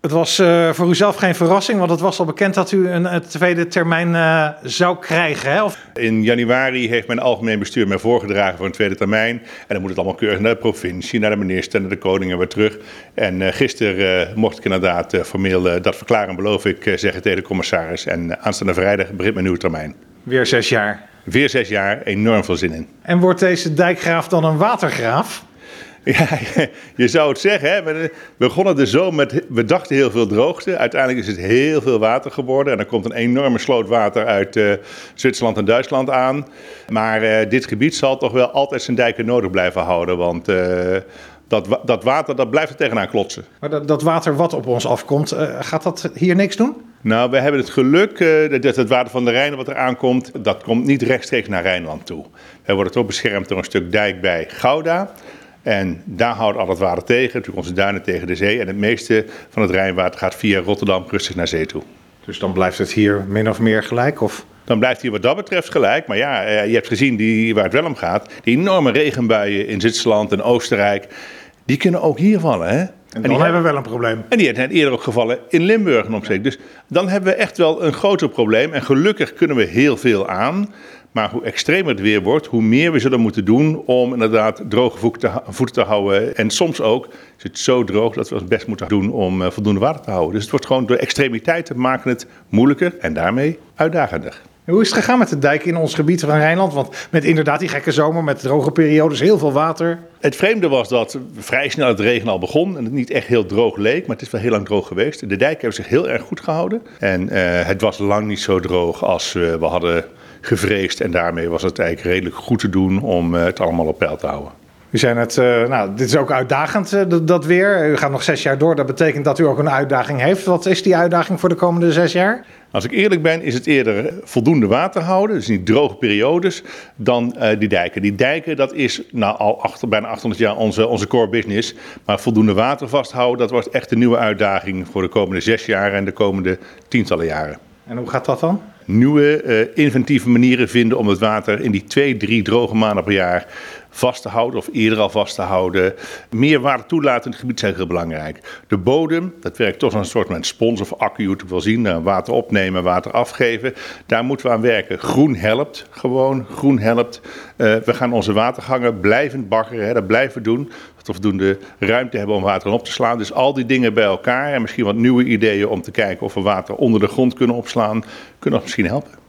Het was voor u zelf geen verrassing, want het was al bekend dat u een tweede termijn zou krijgen, hè? In januari heeft mijn algemeen bestuur mij voorgedragen voor een tweede termijn. En dan moet het allemaal keurig naar de provincie, naar de minister, naar de koning en weer terug. En gisteren mocht ik inderdaad formeel dat verklaren, beloof ik, zeggen tegen de commissaris. En aanstaande vrijdag begint mijn nieuwe termijn. Weer 6 jaar. Weer 6 jaar, enorm veel zin in. En wordt deze dijkgraaf dan een watergraaf? Ja, je zou het zeggen, hè? We begonnen er zo met, we dachten heel veel droogte. Uiteindelijk is het heel veel water geworden. En er komt een enorme sloot water uit Zwitserland en Duitsland aan. Maar dit gebied zal toch wel altijd zijn dijken nodig blijven houden. Want dat water, dat blijft er tegenaan klotsen. Maar dat water wat op ons afkomt, gaat dat hier niks doen? Nou, we hebben het geluk dat het water van de Rijn wat er aankomt, dat komt niet rechtstreeks naar Rijnland toe. We worden toch beschermd door een stuk dijk bij Gouda. En daar houdt al het water tegen, natuurlijk onze duinen tegen de zee. En het meeste van het Rijnwater gaat via Rotterdam rustig naar zee toe. Dus dan blijft het hier min of meer gelijk? Of? Dan blijft hier wat dat betreft gelijk. Maar ja, je hebt gezien waar het wel om gaat. Die enorme regenbuien in Zwitserland en Oostenrijk, die kunnen ook hier vallen, hè? En dan hebben we wel een probleem. En die zijn eerder ook gevallen in Limburg en omstreeks. Dus dan hebben we echt wel een groter probleem. En gelukkig kunnen we heel veel aan. Maar hoe extremer het weer wordt, hoe meer we zullen moeten doen om inderdaad droge voeten te houden. En soms ook is het zo droog dat we ons best moeten doen om voldoende water te houden. Dus het wordt gewoon door extremiteiten maken het moeilijker en daarmee uitdagender. Hoe is het gegaan met de dijken in ons gebied van Rijnland? Want met inderdaad die gekke zomer, met droge periodes, heel veel water. Het vreemde was dat vrij snel het regen al begon en het niet echt heel droog leek. Maar het is wel heel lang droog geweest. De dijken hebben zich heel erg goed gehouden. En het was lang niet zo droog als we hadden gevreesd. En daarmee was het eigenlijk redelijk goed te doen om het allemaal op peil te houden. U zei net, dit is ook uitdagend, dat weer. U gaat nog 6 jaar door, dat betekent dat u ook een uitdaging heeft. Wat is die uitdaging voor de komende 6 jaar? Als ik eerlijk ben, is het eerder voldoende water houden, dus niet droge periodes, dan die dijken. Die dijken, dat is al bijna 800 jaar onze core business. Maar voldoende water vasthouden, dat wordt echt een nieuwe uitdaging voor de komende 6 jaar en de komende tientallen jaren. En hoe gaat dat dan? Nieuwe, inventieve manieren vinden om het water in die 2-3 droge maanden per jaar vast te houden of eerder al vast te houden. Meer water toelaten in het gebied zijn heel belangrijk. De bodem, dat werkt toch als een soort spons of accu, je het wel zien. Water opnemen, water afgeven. Daar moeten we aan werken. Groen helpt gewoon, groen helpt. We gaan onze watergangen blijvend baggeren, dat blijven we doen. Dat we voldoende ruimte hebben om water op te slaan. Dus al die dingen bij elkaar en misschien wat nieuwe ideeën om te kijken of we water onder de grond kunnen opslaan, kunnen ons misschien helpen.